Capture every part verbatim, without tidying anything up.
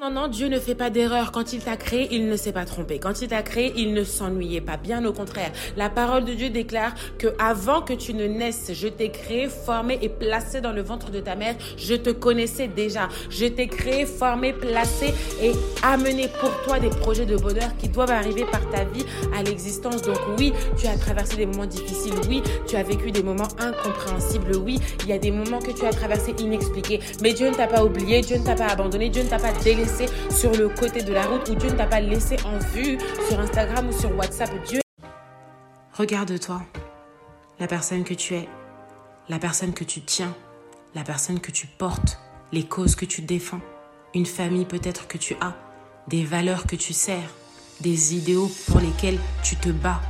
Cependant, Dieu ne fait pas d'erreur. Quand il t'a créé, il ne s'est pas trompé. Quand il t'a créé, il ne s'ennuyait pas. Bien au contraire. La parole de Dieu déclare que avant que tu ne naisses, je t'ai créé, formé et placé dans le ventre de ta mère. Je te connaissais déjà. Je t'ai créé, formé, placé et amené pour toi des projets de bonheur qui doivent arriver par ta vie à l'existence. Donc oui, tu as traversé des moments difficiles. Oui, tu as vécu des moments incompréhensibles. Oui, il y a des moments que tu as traversés inexpliqués. Mais Dieu ne t'a pas oublié. Dieu ne t'a pas abandonné. Dieu ne t'a pas délaissé sur le côté de la route ou Dieu ne t'a pas laissé en vue sur Instagram ou sur WhatsApp. Dieu... Regarde-toi, la personne que tu es, la personne que tu tiens, la personne que tu portes, les causes que tu défends, une famille peut-être que tu as, des valeurs que tu sers, des idéaux pour lesquels tu te bats,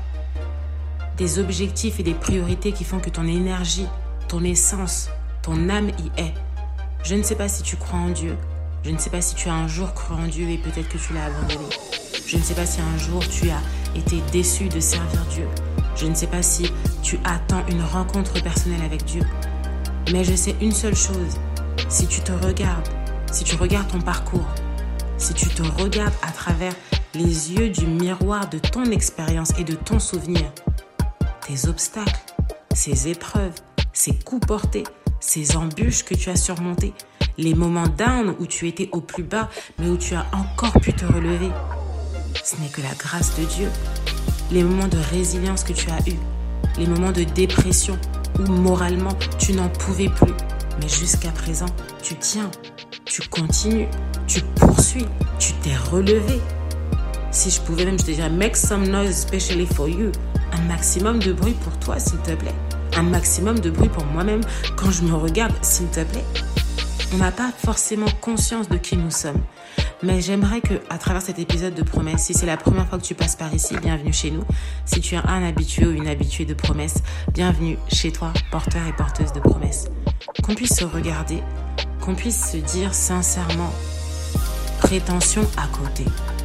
des objectifs et des priorités qui font que ton énergie, ton essence, ton âme y est. Je ne sais pas si tu crois en Dieu. Je ne sais pas si tu as un jour cru en Dieu et peut-être que tu l'as abandonné. Je ne sais pas si un jour tu as été déçu de servir Dieu. Je ne sais pas si tu attends une rencontre personnelle avec Dieu. Mais je sais une seule chose. Si tu te regardes, si tu regardes ton parcours, si tu te regardes à travers les yeux du miroir de ton expérience et de ton souvenir, tes obstacles, ces épreuves, ces coups portés, ces embûches que tu as surmontées, les moments down où tu étais au plus bas, mais où tu as encore pu te relever. Ce n'est que la grâce de Dieu. Les moments de résilience que tu as eus, les moments de dépression où moralement tu n'en pouvais plus. Mais jusqu'à présent, tu tiens, tu continues, tu poursuis, tu t'es relevé. Si je pouvais même, je te dirais, make some noise especially for you. Un maximum de bruit pour toi, s'il te plaît. Un maximum de bruit pour moi-même quand je me regarde, s'il te plaît. On n'a pas forcément conscience de qui nous sommes. Mais j'aimerais que, à travers cet épisode de Promesse, si c'est la première fois que tu passes par ici, bienvenue chez nous. Si tu es un habitué ou une habituée de Promesse, bienvenue chez toi, porteur et porteuse de Promesse. Qu'on puisse se regarder, qu'on puisse se dire sincèrement, prétention à côté.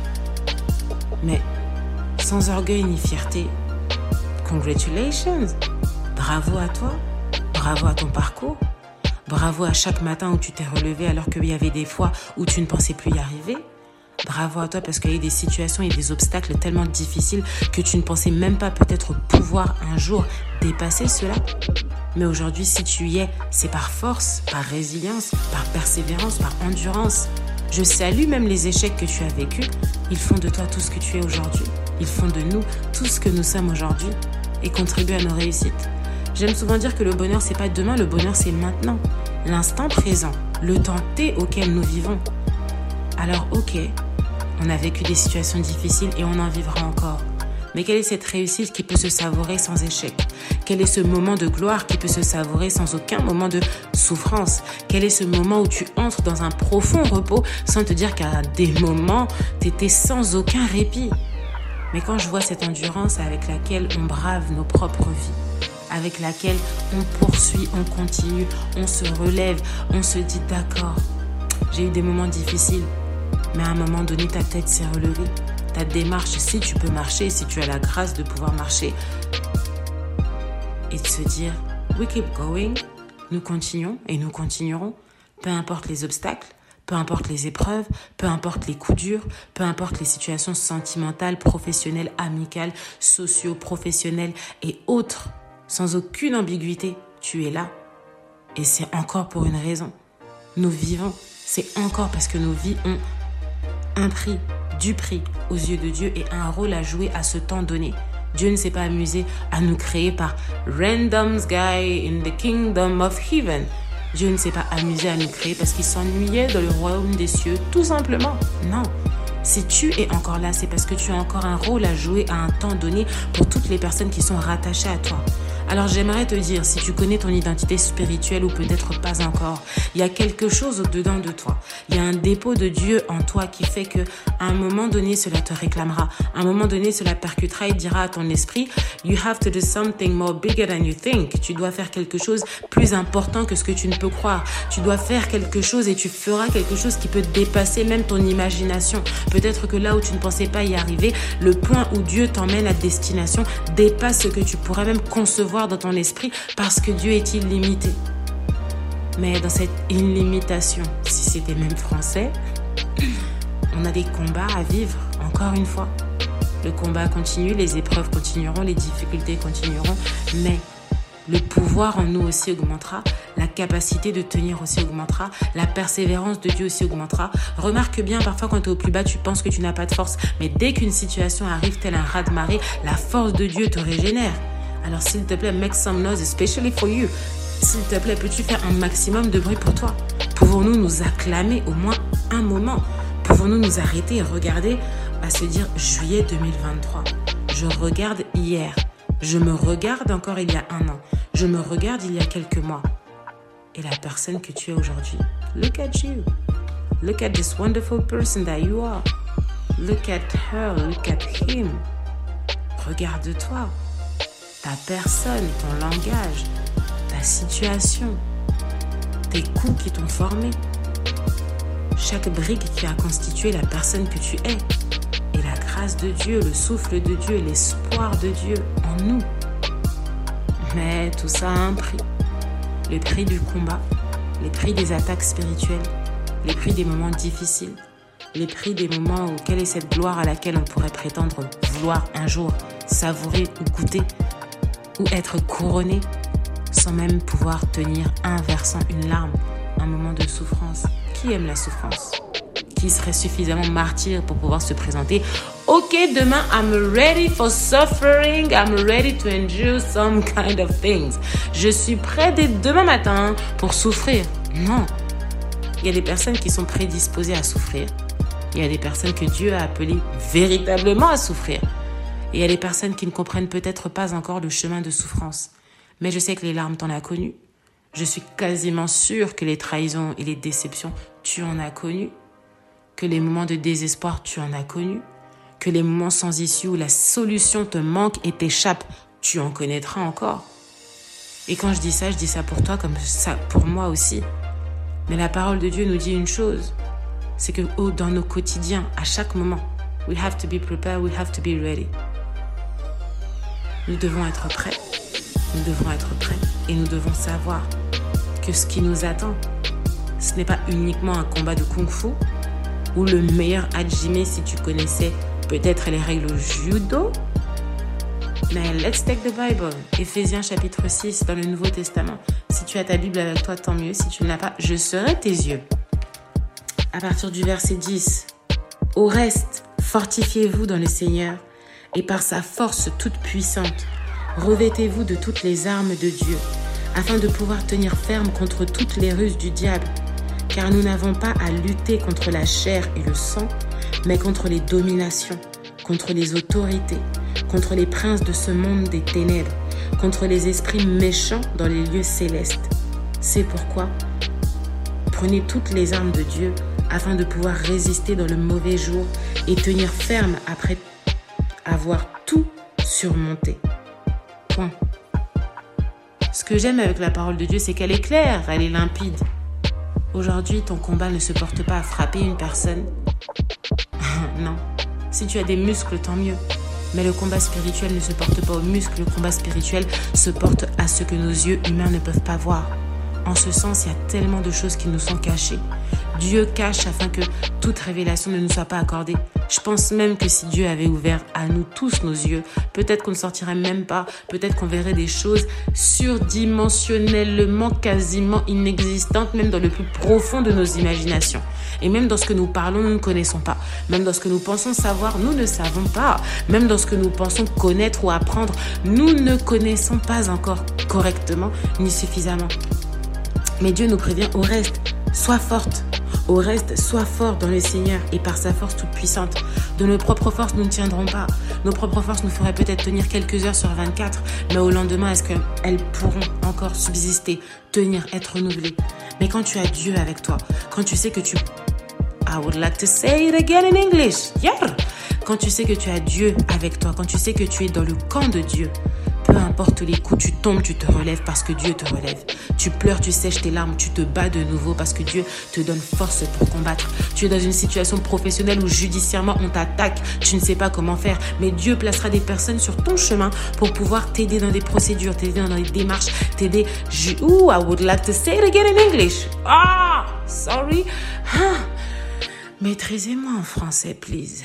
Mais sans orgueil ni fierté, congratulations, bravo à toi, bravo à ton parcours. Bravo à chaque matin où tu t'es relevé alors qu'il y avait des fois où tu ne pensais plus y arriver. Bravo à toi parce qu'il y a eu des situations et des obstacles tellement difficiles que tu ne pensais même pas peut-être pouvoir un jour dépasser cela. Mais aujourd'hui, si tu y es, c'est par force, par résilience, par persévérance, par endurance. Je salue même les échecs que tu as vécus. Ils font de toi tout ce que tu es aujourd'hui. Ils font de nous tout ce que nous sommes aujourd'hui et contribuent à nos réussites. J'aime souvent dire que le bonheur, c'est pas demain, le bonheur, c'est maintenant. L'instant présent, le temps T auquel nous vivons. Alors, ok, on a vécu des situations difficiles et on en vivra encore. Mais quelle est cette réussite qui peut se savourer sans échec? Quel est ce moment de gloire qui peut se savourer sans aucun moment de souffrance? Quel est ce moment où tu entres dans un profond repos sans te dire qu'à des moments, t'étais sans aucun répit? Mais quand je vois cette endurance avec laquelle on brave nos propres vies, avec laquelle on poursuit, on continue, on se relève, on se dit d'accord, j'ai eu des moments difficiles, mais à un moment donné, ta tête s'est relevée. Ta démarche, si tu peux marcher, si tu as la grâce de pouvoir marcher, et de se dire, we keep going, nous continuons et nous continuerons, peu importe les obstacles, peu importe les épreuves, peu importe les coups durs, peu importe les situations sentimentales, professionnelles, amicales, socio-professionnelles et autres. Sans aucune ambiguïté, tu es là. Et c'est encore pour une raison. Nous vivons, c'est encore parce que nos vies ont un prix, du prix aux yeux de Dieu et un rôle à jouer à ce temps donné. Dieu ne s'est pas amusé à nous créer par random guy in the kingdom of heaven. Dieu ne s'est pas amusé à nous créer parce qu'il s'ennuyait dans le royaume des cieux, tout simplement. Non. Si tu es encore là, c'est parce que tu as encore un rôle à jouer à un temps donné pour toutes les personnes qui sont rattachées à toi. Alors j'aimerais te dire, si tu connais ton identité spirituelle ou peut-être pas encore, il y a quelque chose au-dedans de toi. Il y a un dépôt de Dieu en toi qui fait que à un moment donné, cela te réclamera. À un moment donné, cela percutera et dira à ton esprit, you have to do something more bigger than you think. Tu dois faire quelque chose plus important que ce que tu ne peux croire. Tu dois faire quelque chose et tu feras quelque chose qui peut dépasser même ton imagination. Peut-être que là où tu ne pensais pas y arriver, le point où Dieu t'emmène à destination dépasse ce que tu pourrais même concevoir dans ton esprit parce que Dieu est illimité. Mais dans cette illimitation, si c'était même français, On a des combats à vivre, encore une fois. Le combat continue, les épreuves continueront, les difficultés continueront, mais le pouvoir en nous aussi augmentera, la capacité de tenir aussi augmentera, la persévérance de Dieu aussi augmentera. Remarque bien, parfois quand tu es au plus bas, tu penses que tu n'as pas de force, mais dès qu'une situation arrive tel un raz-de-marée, la force de Dieu te régénère. Alors s'il te plaît, make some noise, especially for you. S'il te plaît, peux-tu faire un maximum de bruit pour toi? Pouvons-nous nous acclamer au moins un moment? Pouvons-nous nous arrêter et regarder, à se dire juillet deux mille vingt-trois. Je regarde hier. Je me regarde encore il y a un an. Je me regarde il y a quelques mois. Et la personne que tu es aujourd'hui. Look at you. Look at this wonderful person that you are. Look at her. Look at him. Regarde-toi. Ta personne, ton langage, ta situation, tes coups qui t'ont formé. Chaque brique qui a constitué la personne que tu es. Et la grâce de Dieu, le souffle de Dieu, l'espoir de Dieu en nous. Mais tout ça a un prix. Le prix du combat, les prix des attaques spirituelles, les prix des moments difficiles, les prix des moments où quelle est cette gloire à laquelle on pourrait prétendre vouloir un jour savourer ou goûter, ou être couronné sans même pouvoir tenir un versant, une larme, un moment de souffrance. Qui aime la souffrance ? Qui serait suffisamment martyr pour pouvoir se présenter? Ok, demain, I'm ready for suffering. I'm ready to endure some kind of things. Je suis prêt dès demain matin pour souffrir. Non. Il y a des personnes qui sont prédisposées à souffrir. Il y a des personnes que Dieu a appelées véritablement à souffrir. Et il y a des personnes qui ne comprennent peut-être pas encore le chemin de souffrance. Mais je sais que les larmes, t'en as connues. Je suis quasiment sûre que les trahisons et les déceptions, tu en as connues. Que les moments de désespoir, tu en as connu, que les moments sans issue où la solution te manque et t'échappe, tu en connaîtras encore. Et quand je dis ça, je dis ça pour toi comme ça pour moi aussi. Mais la parole de Dieu nous dit une chose, c'est que oh, dans nos quotidiens, à chaque moment, we have to be prepared, we have to be ready. Nous devons être prêts, nous devons être prêts et nous devons savoir que ce qui nous attend, ce n'est pas uniquement un combat de kung-fu, ou le meilleur hajime si tu connaissais peut-être les règles au judo. Mais let's take the Bible. Éphésiens chapitre six dans le Nouveau Testament. Si tu as ta Bible avec toi, tant mieux. Si tu ne l'as pas, je serai tes yeux. À partir du verset dix. Au reste, fortifiez-vous dans le Seigneur et par sa force toute puissante. Revêtez-vous de toutes les armes de Dieu afin de pouvoir tenir ferme contre toutes les ruses du diable. Car nous n'avons pas à lutter contre la chair et le sang, mais contre les dominations, contre les autorités, contre les princes de ce monde des ténèbres, contre les esprits méchants dans les lieux célestes. C'est pourquoi, prenez toutes les armes de Dieu afin de pouvoir résister dans le mauvais jour et tenir ferme après avoir tout surmonté. Point. Ce que j'aime avec la parole de Dieu, c'est qu'elle est claire, elle est limpide. Aujourd'hui, ton combat ne se porte pas à frapper une personne. Non. Si tu as des muscles, tant mieux. Mais le combat spirituel ne se porte pas aux muscles. Le combat spirituel se porte à ce que nos yeux humains ne peuvent pas voir. En ce sens, il y a tellement de choses qui nous sont cachées. Dieu cache afin que toute révélation ne nous soit pas accordée. Je pense même que si Dieu avait ouvert à nous tous nos yeux, peut-être qu'on ne sortirait même pas, peut-être qu'on verrait des choses surdimensionnellement, quasiment inexistantes, même dans le plus profond de nos imaginations. Et même dans ce que nous parlons, nous ne connaissons pas. Même dans ce que nous pensons savoir, nous ne savons pas. Même dans ce que nous pensons connaître ou apprendre, nous ne connaissons pas encore correctement ni suffisamment. Mais Dieu nous prévient au reste, sois forte. Au reste, sois fort dans le Seigneur et par sa force toute puissante. De nos propres forces, nous ne tiendrons pas. Nos propres forces nous feraient peut-être tenir quelques heures sur vingt-quatre, mais au lendemain, est-ce qu'elles pourront encore subsister, tenir, être renouvelées? Mais quand tu as Dieu avec toi, quand tu sais que tu... I would like to say it again in English. Yeah. Quand tu sais que tu as Dieu avec toi, quand tu sais que tu es dans le camp de Dieu, peu importe les coups, tu tombes, tu te relèves parce que Dieu te relève. Tu pleures, tu sèches tes larmes, tu te bats de nouveau parce que Dieu te donne force pour combattre. Tu es dans une situation professionnelle ou judiciairement on t'attaque, tu ne sais pas comment faire, mais Dieu placera des personnes sur ton chemin pour pouvoir t'aider dans des procédures, t'aider dans des démarches, t'aider... Ooh, I would like to say it again in English. Ah, sorry. Ah. Maîtrisez-moi en français, please.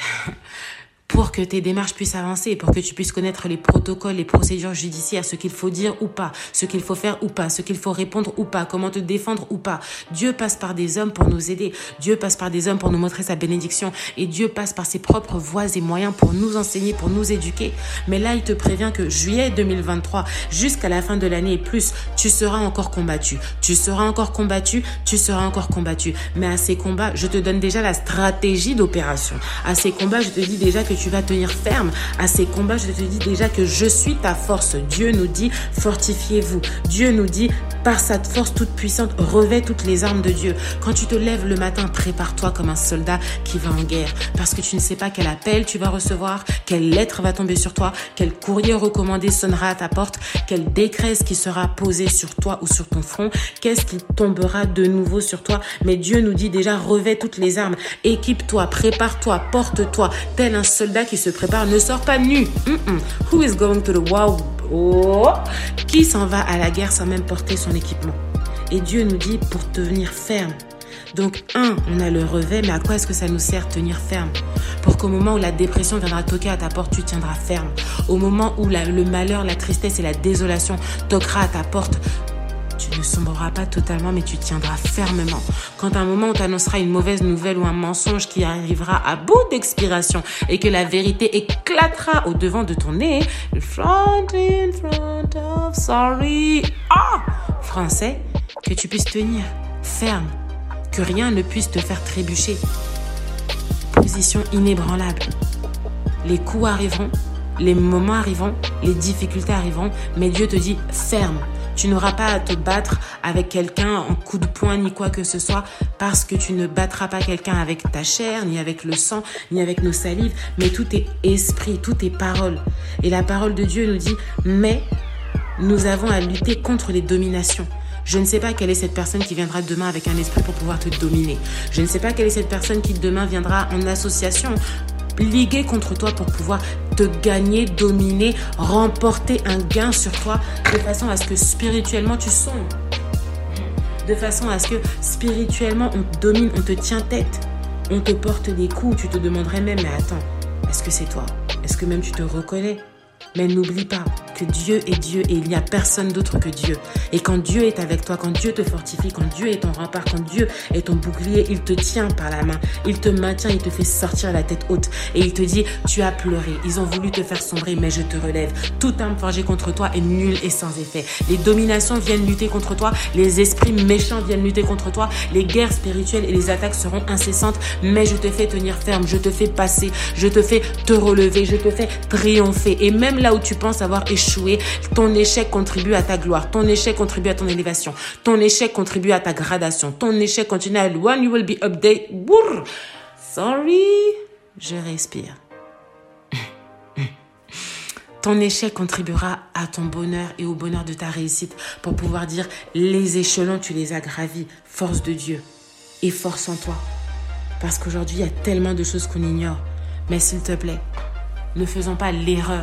Pour que tes démarches puissent avancer, pour que tu puisses connaître les protocoles, les procédures judiciaires, ce qu'il faut dire ou pas, ce qu'il faut faire ou pas, ce qu'il faut répondre ou pas, comment te défendre ou pas. Dieu passe par des hommes pour nous aider. Dieu passe par des hommes pour nous montrer sa bénédiction. Et Dieu passe par ses propres voies et moyens pour nous enseigner, pour nous éduquer. Mais là, il te prévient que juillet deux mille vingt-trois, jusqu'à la fin de l'année et plus, tu seras encore combattu. Tu seras encore combattu, tu seras encore combattu. Mais à ces combats, je te donne déjà la stratégie d'opération. À ces combats, je te dis déjà que tu vas tenir ferme. À ces combats, je te dis déjà que je suis ta force. Dieu nous dit, fortifiez-vous. Dieu nous dit, par sa force toute puissante, revêt toutes les armes de Dieu. Quand tu te lèves le matin, prépare-toi comme un soldat qui va en guerre. Parce que tu ne sais pas quel appel tu vas recevoir, quelle lettre va tomber sur toi, quel courrier recommandé sonnera à ta porte, quel décret qui sera posé sur toi ou sur ton front, qu'est-ce qui tombera de nouveau sur toi. Mais Dieu nous dit déjà, revêt toutes les armes. Équipe-toi, prépare-toi, porte-toi, tel un soldat qui se prépare. Ne sort pas nu. Mm-mm. Who is going to the war? Oh. Qui s'en va à la guerre sans même porter son équipement? Et Dieu nous dit pour tenir ferme. Donc, un, on a le revêt, mais à quoi est-ce que ça nous sert tenir ferme? Pour qu'au moment où la dépression viendra toquer à ta porte, tu tiendras ferme. Au moment où la, le malheur, la tristesse et la désolation toquera à ta porte, tu ne sombreras pas totalement, mais tu tiendras fermement. Quand à un moment où tu annonceras une mauvaise nouvelle ou un mensonge qui arrivera à bout d'expiration et que la vérité éclatera au devant de ton nez, front in front of sorry. Ah! Français, que tu puisses tenir ferme, que rien ne puisse te faire trébucher. Position inébranlable. Les coups arriveront, les moments arriveront, les difficultés arriveront, mais Dieu te dit ferme. Tu n'auras pas à te battre avec quelqu'un en coup de poing ni quoi que ce soit parce que tu ne battras pas quelqu'un avec ta chair, ni avec le sang, ni avec nos salives, mais tout est esprit, tout est parole. Et la parole de Dieu nous dit, mais nous avons à lutter contre les dominations. Je ne sais pas quelle est cette personne qui viendra demain avec un esprit pour pouvoir te dominer. Je ne sais pas quelle est cette personne qui demain viendra en association liguer contre toi pour pouvoir te gagner, dominer, remporter un gain sur toi de façon à ce que spirituellement tu sombres. De façon à ce que spirituellement on te domine, on te tient tête, on te porte des coups. Tu te demanderais même, mais attends, est-ce que c'est toi? Est-ce que même tu te reconnais? Mais n'oublie pas que Dieu est Dieu et il n'y a personne d'autre que Dieu. Et quand Dieu est avec toi, quand Dieu te fortifie, quand Dieu est ton rempart, quand Dieu est ton bouclier, il te tient par la main, il te maintient, il te fait sortir la tête haute. Et il te dit, tu as pleuré, ils ont voulu te faire sombrer, mais je te relève. Toute arme forgée contre toi est nulle et sans effet. Les dominations viennent lutter contre toi, les esprits méchants viennent lutter contre toi, les guerres spirituelles et les attaques seront incessantes, mais je te fais tenir ferme, je te fais passer, je te fais te relever, je te fais triompher. Et même là où tu penses avoir échoué, ton échec contribue à ta gloire, ton échec contribue à ton élévation, ton échec contribue à ta gradation, ton échec continue à when you will be updated. Sorry, je respire. Ton échec contribuera à ton bonheur et au bonheur de ta réussite pour pouvoir dire les échelons, tu les as gravis. Force de Dieu et force en toi. Parce qu'aujourd'hui, il y a tellement de choses qu'on ignore. Mais s'il te plaît, ne faisons pas l'erreur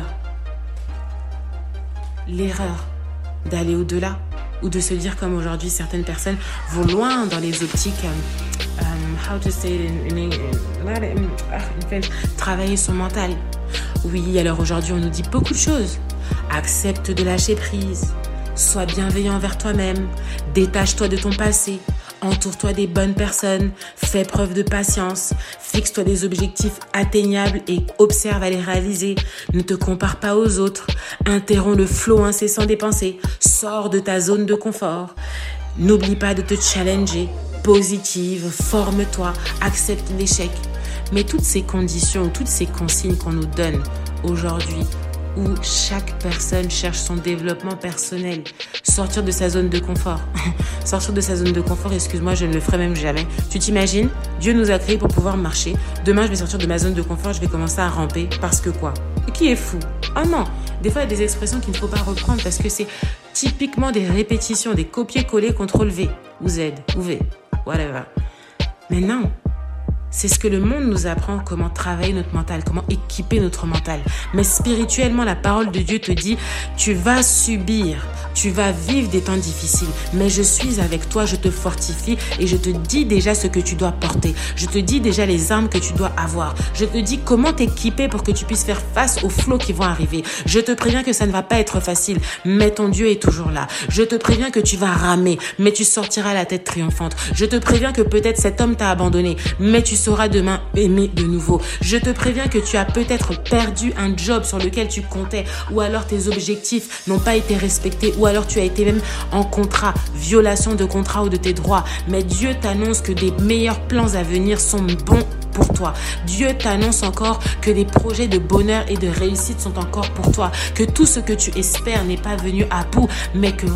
l'erreur d'aller au-delà ou de se dire comme aujourd'hui certaines personnes vont loin dans les optiques um, um, how to say it in, in, in, in, travailler son mental. Oui, alors aujourd'hui on nous dit beaucoup de choses. Accepte de lâcher prise, sois bienveillant envers toi-même, détache-toi de ton passé, entoure-toi des bonnes personnes, fais preuve de patience, fixe-toi des objectifs atteignables et observe à les réaliser. Ne te compare pas aux autres, interromps le flot incessant des pensées, sors de ta zone de confort. N'oublie pas de te challenger, positive, forme-toi, accepte l'échec. Mais toutes ces conditions, toutes ces consignes qu'on nous donne aujourd'hui, où chaque personne cherche son développement personnel, sortir de sa zone de confort. Sortir de sa zone de confort, excuse-moi, je ne le ferai même jamais. Tu t'imagines, Dieu nous a créés pour pouvoir marcher. Demain, je vais sortir de ma zone de confort, je vais commencer à ramper. Parce que quoi? Qui est fou? Oh non, des fois, il y a des expressions qu'il ne faut pas reprendre parce que c'est typiquement des répétitions, des copier-coller, contrôle V, ou Z, ou V, whatever. Mais non, C'est ce que le monde nous apprend, comment travailler notre mental, comment équiper notre mental. Mais spirituellement, la parole de Dieu te dit, tu vas subir, tu vas vivre des temps difficiles, mais je suis avec toi, je te fortifie et je te dis déjà ce que tu dois porter. Je te dis déjà les armes que tu dois avoir. Je te dis comment t'équiper pour que tu puisses faire face aux flots qui vont arriver. Je te préviens que ça ne va pas être facile, mais ton Dieu est toujours là. Je te préviens que tu vas ramer, mais tu sortiras la tête triomphante. Je te préviens que peut-être cet homme t'a abandonné, mais tu sauras demain aimer de nouveau. Je te préviens que tu as peut-être perdu un job sur lequel tu comptais, ou alors tes objectifs n'ont pas été respectés, ou alors tu as été même en contrat, violation de contrat ou de tes droits. Mais Dieu t'annonce que des meilleurs plans à venir sont bons pour toi. Dieu t'annonce encore que des projets de bonheur et de réussite sont encore pour toi. Que tout ce que tu espères n'est pas venu à bout, mais que...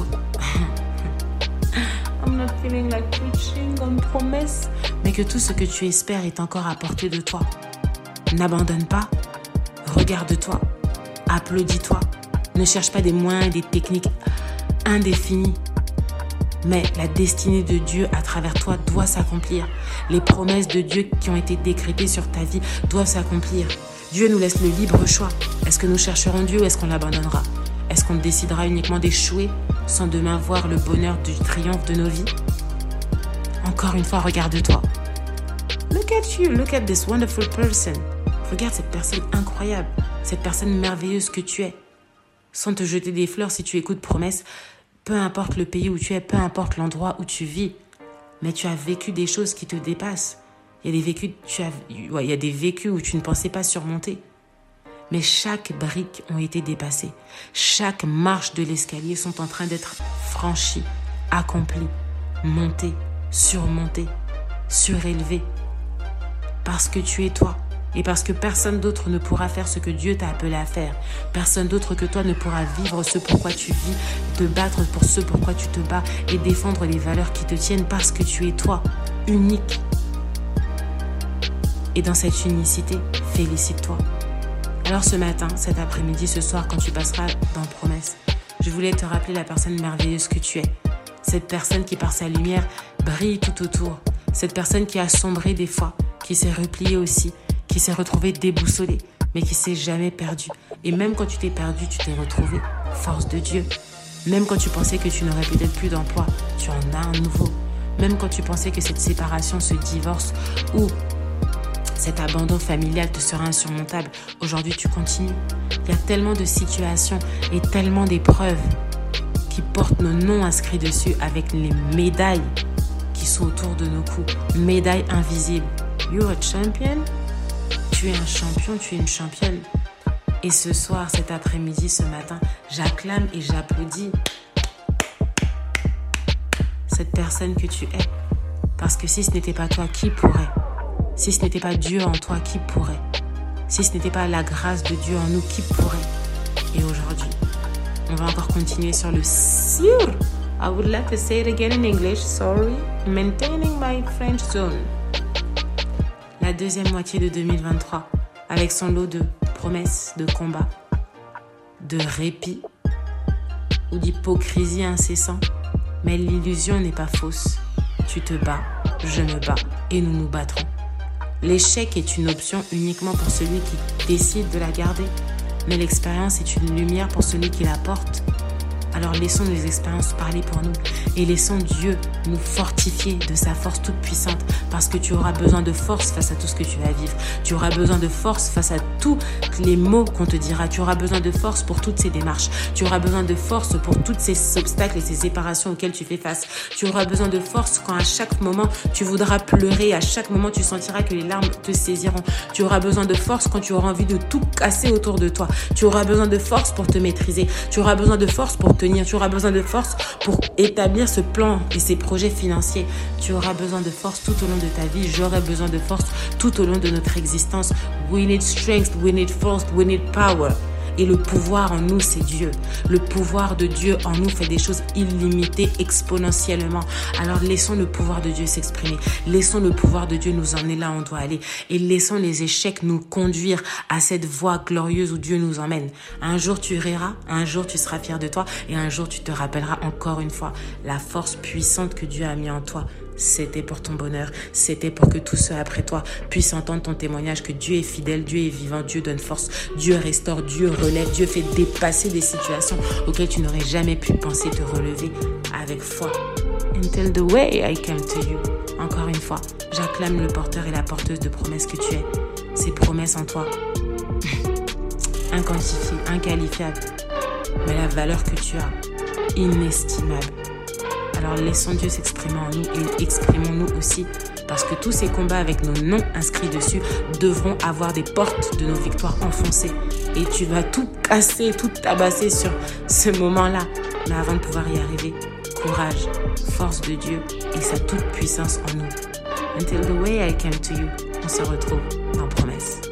I'm not feeling like preaching on promesse. Mais que tout ce que tu espères est encore à portée de toi. N'abandonne pas. Regarde-toi. Applaudis-toi. Ne cherche pas des moyens et des techniques indéfinies. Mais la destinée de Dieu à travers toi doit s'accomplir. Les promesses de Dieu qui ont été décrétées sur ta vie doivent s'accomplir. Dieu nous laisse le libre choix. Est-ce que nous chercherons Dieu ou est-ce qu'on l'abandonnera? Est-ce qu'on décidera uniquement d'échouer sans demain voir le bonheur du triomphe de nos vies? Encore une fois, regarde-toi. Look at you, look at this wonderful person. Regarde cette personne incroyable, cette personne merveilleuse que tu es. Sans te jeter des fleurs si tu écoutes Promesse, peu importe le pays où tu es, peu importe l'endroit où tu vis, mais tu as vécu des choses qui te dépassent. Il y a des vécus, tu as, ouais, il y a des vécus où tu ne pensais pas surmonter. Mais chaque brique ont été dépassées. Chaque marche de l'escalier sont en train d'être franchies, accomplies, montées, surmontées, surélevées. Parce que tu es toi. Et parce que personne d'autre ne pourra faire ce que Dieu t'a appelé à faire. Personne d'autre que toi ne pourra vivre ce pourquoi tu vis, te battre pour ce pourquoi tu te bats et défendre les valeurs qui te tiennent parce que tu es toi, unique. Et dans cette unicité, félicite-toi. Alors ce matin, cet après-midi, ce soir, quand tu passeras dans Promesse, je voulais te rappeler la personne merveilleuse que tu es. Cette personne qui par sa lumière brille tout autour. Cette personne qui a sombré des fois, qui s'est repliée aussi, qui s'est retrouvée déboussolée, mais qui s'est jamais perdue. Et même quand tu t'es perdu, tu t'es retrouvé, force de Dieu. Même quand tu pensais que tu n'aurais peut-être plus d'emploi, tu en as un nouveau. Même quand tu pensais que cette séparation, ce divorce ou cet abandon familial te sera insurmontable, aujourd'hui tu continues. Il y a tellement de situations et tellement d'épreuves qui portent nos noms inscrits dessus avec les médailles qui sont autour de nos cous. Médailles invisibles. You're a champion. Tu es un champion, tu es une championne. Et ce soir, cet après-midi, ce matin, j'acclame et j'applaudis cette personne que tu es. Parce que si ce n'était pas toi, qui pourrait? Si ce n'était pas Dieu en toi, qui pourrait? Si ce n'était pas la grâce de Dieu en nous, qui pourrait? Et aujourd'hui, on va encore continuer sur le sur. I would like to say it again in English, sorry. Maintaining my French zone. La deuxième moitié de deux mille vingt-trois, avec son lot de promesses, de combats, de répit ou d'hypocrisie incessant. Mais l'illusion n'est pas fausse. Tu te bats, je me bats et nous nous battrons. L'échec est une option uniquement pour celui qui décide de la garder, mais l'expérience est une lumière pour celui qui la porte. Alors laissons les expériences parler pour nous et laissons Dieu nous fortifier de sa force toute puissante, parce que tu auras besoin de force face à tout ce que tu vas vivre. Tu auras besoin de force face à tous les mots qu'on te dira. Tu auras besoin de force pour toutes ces démarches. Tu auras besoin de force pour tous ces obstacles et ces séparations auxquelles tu fais face. Tu auras besoin de force quand à chaque moment tu voudras pleurer, à chaque moment tu sentiras que les larmes te saisiront. Tu auras besoin de force quand tu auras envie de tout casser autour de toi. Tu auras besoin de force pour te maîtriser. Tu auras besoin de force pour tenir. Tu auras besoin de force pour établir ce plan et ces projets financiers. Tu auras besoin de force tout au long de ta vie. J'aurai besoin de force tout au long de notre existence. We need strength, we need force, we need power. Et le pouvoir en nous, c'est Dieu. Le pouvoir de Dieu en nous fait des choses illimitées exponentiellement. Alors laissons le pouvoir de Dieu s'exprimer. Laissons le pouvoir de Dieu nous emmener là où on doit aller. Et laissons les échecs nous conduire à cette voie glorieuse où Dieu nous emmène. Un jour tu riras, un jour tu seras fier de toi et un jour tu te rappelleras encore une fois la force puissante que Dieu a mis en toi c'était pour ton bonheur, c'était pour que tous ceux après toi puissent entendre ton témoignage que Dieu est fidèle, Dieu est vivant, Dieu donne force, Dieu restaure, Dieu relève, Dieu fait dépasser des situations auxquelles tu n'aurais jamais pu penser te relever avec foi. And tell the way I came to you. Encore une fois, j'acclame le porteur et la porteuse de promesses que tu es. Ces promesses en toi, inquantifiées, inqualifiables, mais la valeur que tu as, inestimable. Alors laissons Dieu s'exprimer en nous et exprimons-nous aussi, parce que tous ces combats avec nos noms inscrits dessus devront avoir des portes de nos victoires enfoncées. Et tu vas tout casser, tout tabasser sur ce moment-là. Mais avant de pouvoir y arriver, courage, force de Dieu et sa toute puissance en nous. Until the way I came to you, on se retrouve dans Promesse.